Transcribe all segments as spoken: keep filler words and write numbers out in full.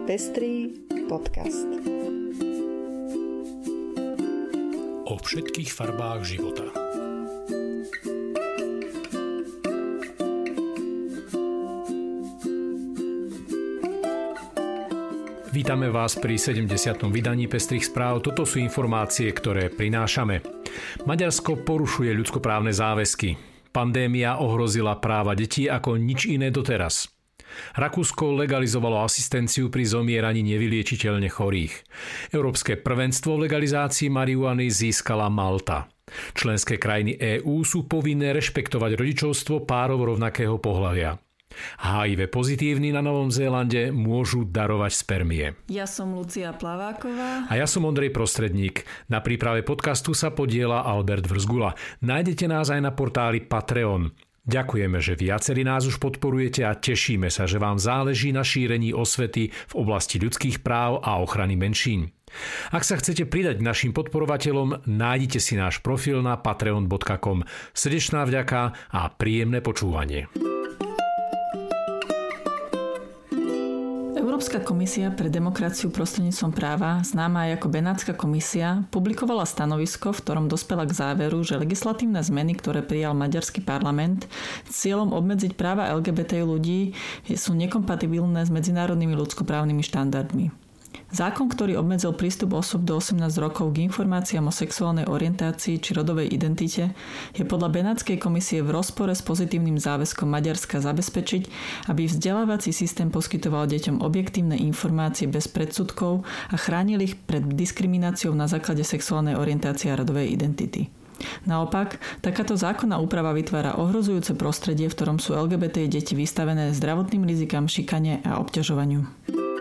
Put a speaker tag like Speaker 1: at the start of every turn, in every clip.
Speaker 1: Pestrý podcast.
Speaker 2: O všetkých farbách života. Vítame vás pri sedemdesiatom vydaní Pestrých správ. Toto sú informácie, ktoré prinášame. Maďarsko porušuje ľudskoprávne záväzky. Pandémia ohrozila práva detí ako nič iné doteraz. Rakúsko legalizovalo asistenciu pri zomieraní nevyliečiteľne chorých. Európske prvenstvo v legalizácii marihuany získala Malta. Členské krajiny EÚ sú povinné rešpektovať rodičovstvo párov rovnakého pohlavia. há í vé pozitívni na Novom Zélande môžu darovať spermie.
Speaker 3: Ja som Lucia Plaváková.
Speaker 2: A ja som Ondrej Prostredník. Na príprave podcastu sa podieľa Albert Vrzgula. Nájdete nás aj na portáli Patreon. Ďakujeme, že viacerí nás už podporujete a tešíme sa, že vám záleží na šírení osvety v oblasti ľudských práv a ochrany menšín. Ak sa chcete pridať k našim podporovateľom, nájdite si náš profil na patreon bodka com. Srdečná vďaka a príjemné počúvanie.
Speaker 3: Európska komisia pre demokraciu prostredníctvom práva, známa aj ako Benátska komisia, publikovala stanovisko, v ktorom dospela k záveru, že legislatívne zmeny, ktoré prijal maďarský parlament s cieľom obmedziť práva el gé bé té ľudí, sú nekompatibilné s medzinárodnými ľudskoprávnymi štandardmi. Zákon, ktorý obmedzil prístup osôb do osemnásť rokov k informáciám o sexuálnej orientácii či rodovej identite, je podľa Benátskej komisie v rozpore s pozitívnym záväzkom Maďarska zabezpečiť, aby vzdelávací systém poskytoval deťom objektívne informácie bez predsudkov a chránil ich pred diskrimináciou na základe sexuálnej orientácie a rodovej identity. Naopak, takáto zákonná úprava vytvára ohrozujúce prostredie, v ktorom sú el gé bé té deti vystavené zdravotným rizikám, šikane a obťažovaniu.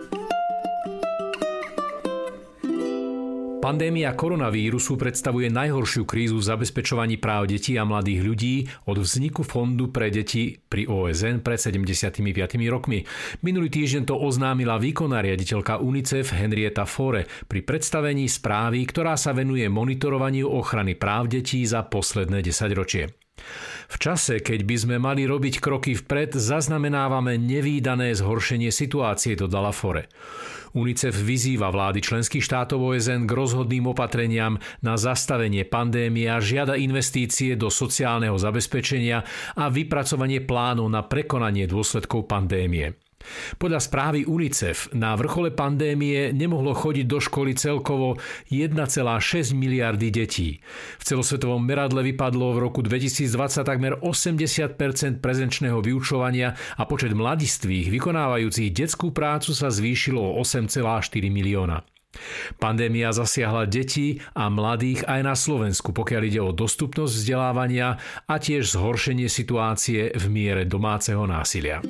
Speaker 2: Pandémia koronavírusu predstavuje najhoršiu krízu v zabezpečovaní práv detí a mladých ľudí od vzniku Fondu pre deti pri ó es en pred sedemdesiatimi piatimi rokmi. Minulý týždeň to oznámila výkonná riaditeľka UNICEF Henrietta Fore pri predstavení správy, ktorá sa venuje monitorovaniu ochrany práv detí za posledné desaťročie. V čase, keď by sme mali robiť kroky vpred, zaznamenávame nevídané zhoršenie situácie, dodala Fore. UNICEF vyzýva vlády členských štátov ó es en k rozhodným opatreniam na zastavenie pandémie a žiada investície do sociálneho zabezpečenia a vypracovanie plánov na prekonanie dôsledkov pandémie. Podľa správy UNICEF na vrchole pandémie nemohlo chodiť do školy celkovo jeden celá šesť miliardy detí. V celosvetovom meradle vypadlo v roku dvetisícdvadsať takmer osemdesiat percent prezenčného vyučovania a počet mladistvých vykonávajúcich detskú prácu sa zvýšilo o osem celá štyri milióna. Pandémia zasiahla deti a mladých aj na Slovensku, pokiaľ ide o dostupnosť vzdelávania a tiež zhoršenie situácie v miere domáceho násilia.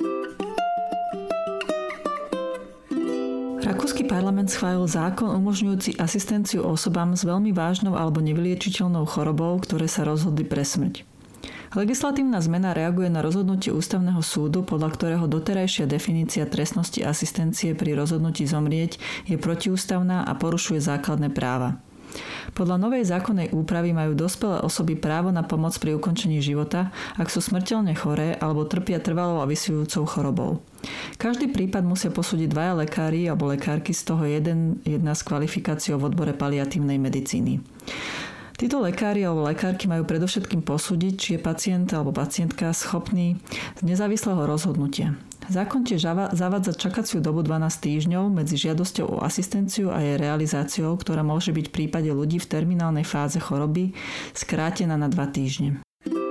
Speaker 3: Rakúsky parlament schválil zákon umožňujúci asistenciu osobám s veľmi vážnou alebo nevyliečiteľnou chorobou, ktoré sa rozhodli pre smrť. Legislatívna zmena reaguje na rozhodnutie Ústavného súdu, podľa ktorého doterajšia definícia trestnosti asistencie pri rozhodnutí zomrieť je protiústavná a porušuje základné práva. Podľa novej zákonnej úpravy majú dospelé osoby právo na pomoc pri ukončení života, ak sú smrteľne choré alebo trpia trvalou a vysujúcou chorobou. Každý prípad musia posúdiť dvaja lekári alebo lekárky, z toho jeden, jedna s kvalifikáciou v odbore paliatívnej medicíny. Títo lekári alebo lekárky majú predovšetkým posúdiť, či je pacient alebo pacientka schopný z nezávislého rozhodnutia. Zákon tiež zavádza čakaciu dobu dvanásť týždňov medzi žiadosťou o asistenciu a jej realizáciou, ktorá môže byť v prípade ľudí v terminálnej fáze choroby skrátená na dva týždne.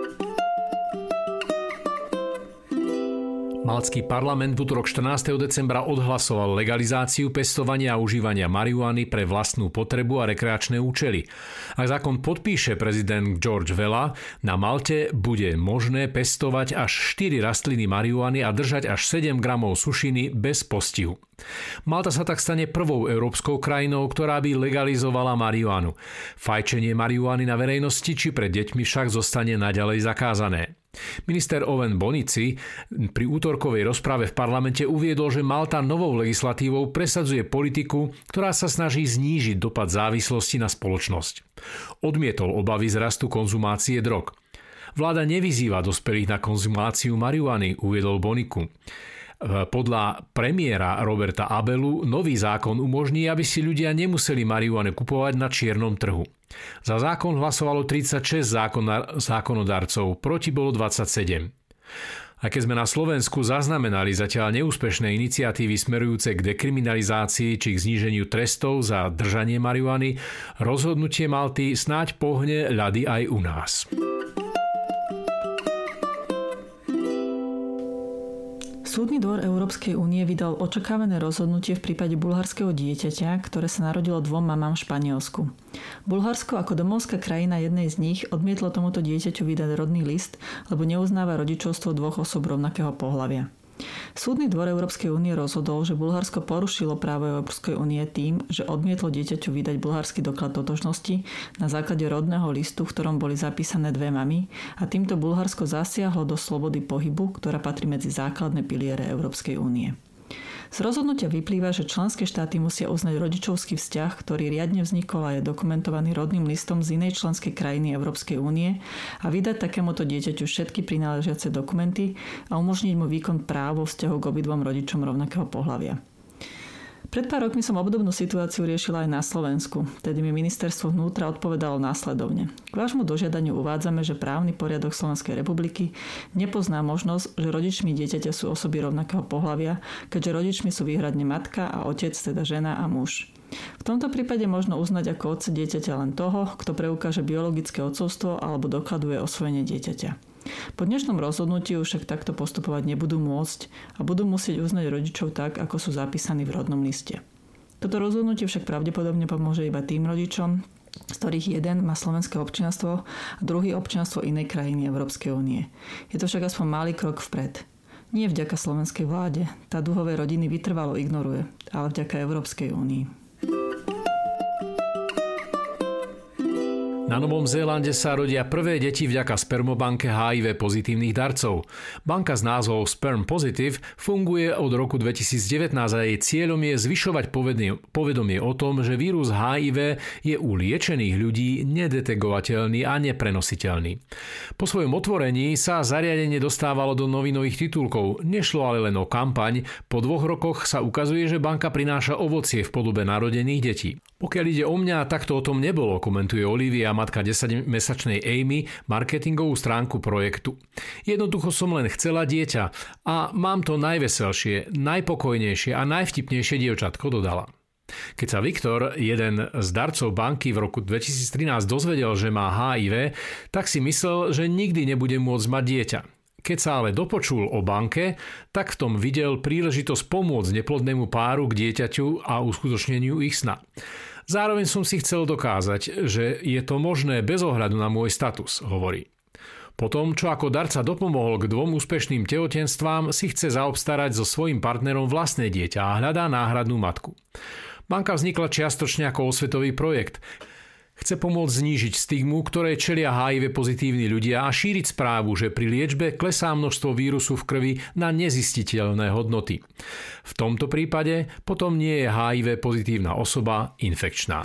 Speaker 2: Maltský parlament v utorok štrnásteho decembra odhlasoval legalizáciu pestovania a užívania marihuany pre vlastnú potrebu a rekreačné účely. Ak zákon podpíše prezident George Weah, na Malte bude možné pestovať až štyri rastliny marihuany a držať až sedem gramov sušiny bez postihu. Malta sa tak stane prvou európskou krajinou, ktorá by legalizovala marihuanu. Fajčenie marihuany na verejnosti či pred deťmi však zostane naďalej zakázané. Minister Owen Bonici pri útorkovej rozprave v parlamente uviedol, že Malta novou legislatívou presadzuje politiku, ktorá sa snaží znížiť dopad závislosti na spoločnosť. Odmietol obavy z rastu konzumácie drog. Vláda nevyzýva dospelých na konzumáciu marihuany, uviedol Boniku. Podľa premiéra Roberta Abelu nový zákon umožní, aby si ľudia nemuseli marihuanu kupovať na čiernom trhu. Za zákon hlasovalo tridsaťšesť zákonodarcov, proti bolo dvadsaťsedem. A keď sme na Slovensku zaznamenali zatiaľ neúspešné iniciatívy smerujúce k dekriminalizácii či k zníženiu trestov za držanie marihuany, rozhodnutie Malty snáď pohne ľady aj u nás.
Speaker 3: Súdny dvor Európskej únie vydal očakávané rozhodnutie v prípade bulharského dieťaťa, ktoré sa narodilo dvom mamám v Španielsku. Bulharsko ako domovská krajina jednej z nich odmietlo tomuto dieťaťu vydať rodný list, lebo neuznáva rodičovstvo dvoch osôb rovnakého pohlavia. Súdny dvor Európskej únie rozhodol, že Bulharsko porušilo právo Európskej únie tým, že odmietlo dieťaťu vydať bulharský doklad totožnosti na základe rodného listu, v ktorom boli zapísané dve mamy, a týmto Bulharsko zasiahlo do slobody pohybu, ktorá patrí medzi základné piliere Európskej únie. Z rozhodnutia vyplýva, že členské štáty musia uznať rodičovský vzťah, ktorý riadne vznikol a je dokumentovaný rodným listom z inej členskej krajiny Európskej únie, a vydať takémuto dieťaťu všetky prináležiace dokumenty a umožniť mu výkon práv vo vzťahu k obidvom rodičom rovnakého pohlavia. Pred pár rokmi som obdobnú situáciu riešila aj na Slovensku. Tedy mi ministerstvo vnútra odpovedalo následovne. K vášmu dožiadaniu uvádzame, že právny poriadok Slovenskej republiky nepozná možnosť, že rodičmi dieťaťa sú osoby rovnakého pohlavia, keďže rodičmi sú výhradne matka a otec, teda žena a muž. V tomto prípade možno uznať ako otca dieťaťa len toho, kto preukáže biologické otcovstvo alebo dokladuje osvojenie dieťaťa. Po dnešnom rozhodnutí však takto postupovať nebudú môcť a budú musieť uznať rodičov tak, ako sú zapísaní v rodnom liste. Toto rozhodnutie však pravdepodobne pomôže iba tým rodičom, z ktorých jeden má slovenské občianstvo a druhý občianstvo inej krajiny Európskej únie. Je to však aspoň malý krok vpred. Nie vďaka slovenskej vláde, tá duhové rodiny vytrvalo ignoruje, ale vďaka Európskej únii.
Speaker 2: Na Novom Zélande sa rodia prvé deti vďaka spermobanke há í vé pozitívnych darcov. Banka s názvom Sperm Positive funguje od roku dvetisícdevätnásť a jej cieľom je zvyšovať povedomie o tom, že vírus há í vé je u liečených ľudí nedetegovateľný a neprenositeľný. Po svojom otvorení sa zariadenie dostávalo do novinových titulkov. Nešlo ale len o kampaň, po dvoch rokoch sa ukazuje, že banka prináša ovocie v podobe narodených detí. Pokiaľ ide o mňa, tak to o tom nebolo, komentuje Olivia, matka desaťmesačnej Amy, marketingovú stránku projektu. Jednoducho som len chcela dieťa a mám to najveselšie, najpokojnejšie a najvtipnejšie dievčatko, dodala. Keď sa Viktor, jeden z darcov banky v roku dvetisíctrinásť dozvedel, že má há í vé, tak si myslel, že nikdy nebude môcť mať dieťa. Keď sa ale dopočul o banke, tak v tom videl príležitosť pomôcť neplodnému páru k dieťaťu a uskutočneniu ich sna. Zároveň som si chcel dokázať, že je to možné bez ohľadu na môj status, hovorí. Potom, čo ako darca dopomohol k dvom úspešným tehotenstvám, si chce zaobstarať so svojím partnerom vlastné dieťa a hľadá náhradnú matku. Banka vznikla čiastočne ako osvetový projekt. Chce pomôcť znížiť stigmu, ktoré čelia há í vé pozitívni ľudia a šíriť správu, že pri liečbe klesá množstvo vírusu v krvi na nezistiteľné hodnoty. V tomto prípade potom nie je há í vé pozitívna osoba infekčná.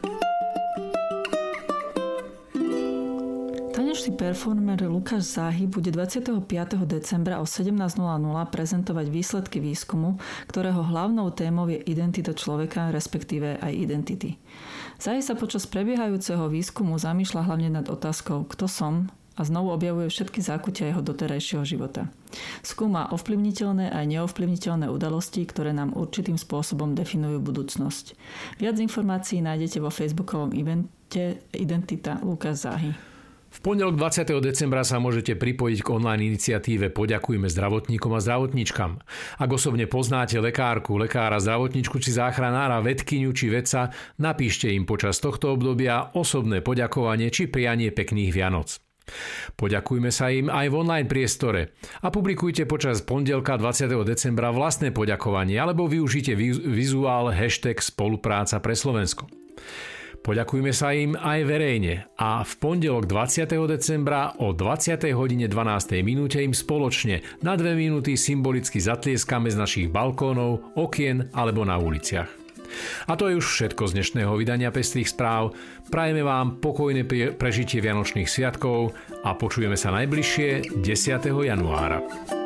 Speaker 3: Tanečný performer Lukáš Záhy bude dvadsiateho piateho decembra o sedemnásť nula nula prezentovať výsledky výskumu, ktorého hlavnou témou je identita človeka, respektíve aj identity. Záhy sa počas prebiehajúceho výskumu zamýšľa hlavne nad otázkou kto som a znovu objavuje všetky zákutia jeho doterajšieho života. Skúma ovplyvniteľné aj neovplyvniteľné udalosti, ktoré nám určitým spôsobom definujú budúcnosť. Viac informácií nájdete vo facebookovom evente Identita Lukáš Záhy.
Speaker 2: V pondelok dvadsiateho decembra sa môžete pripojiť k online iniciatíve Poďakujme zdravotníkom a zdravotníčkam. Ak osobne poznáte lekárku, lekára, zdravotníčku či záchranára, vedkyňu či vedca, napíšte im počas tohto obdobia osobné poďakovanie či prianie pekných Vianoc. Poďakujme sa im aj v online priestore a publikujte počas pondelka dvadsiateho decembra vlastné poďakovanie alebo využite vizuál hashtag Spolupráca pre Slovensko. Poďakujme sa im aj verejne a v pondelok dvadsiateho decembra o dvadsiatej hodine dvanástej minúte im spoločne na dve minúty symbolicky zatlieskame z našich balkónov, okien alebo na uliciach. A to je už všetko z dnešného vydania Pestrých správ. Prajeme vám pokojné prežitie Vianočných sviatkov a počujeme sa najbližšie desiateho januára.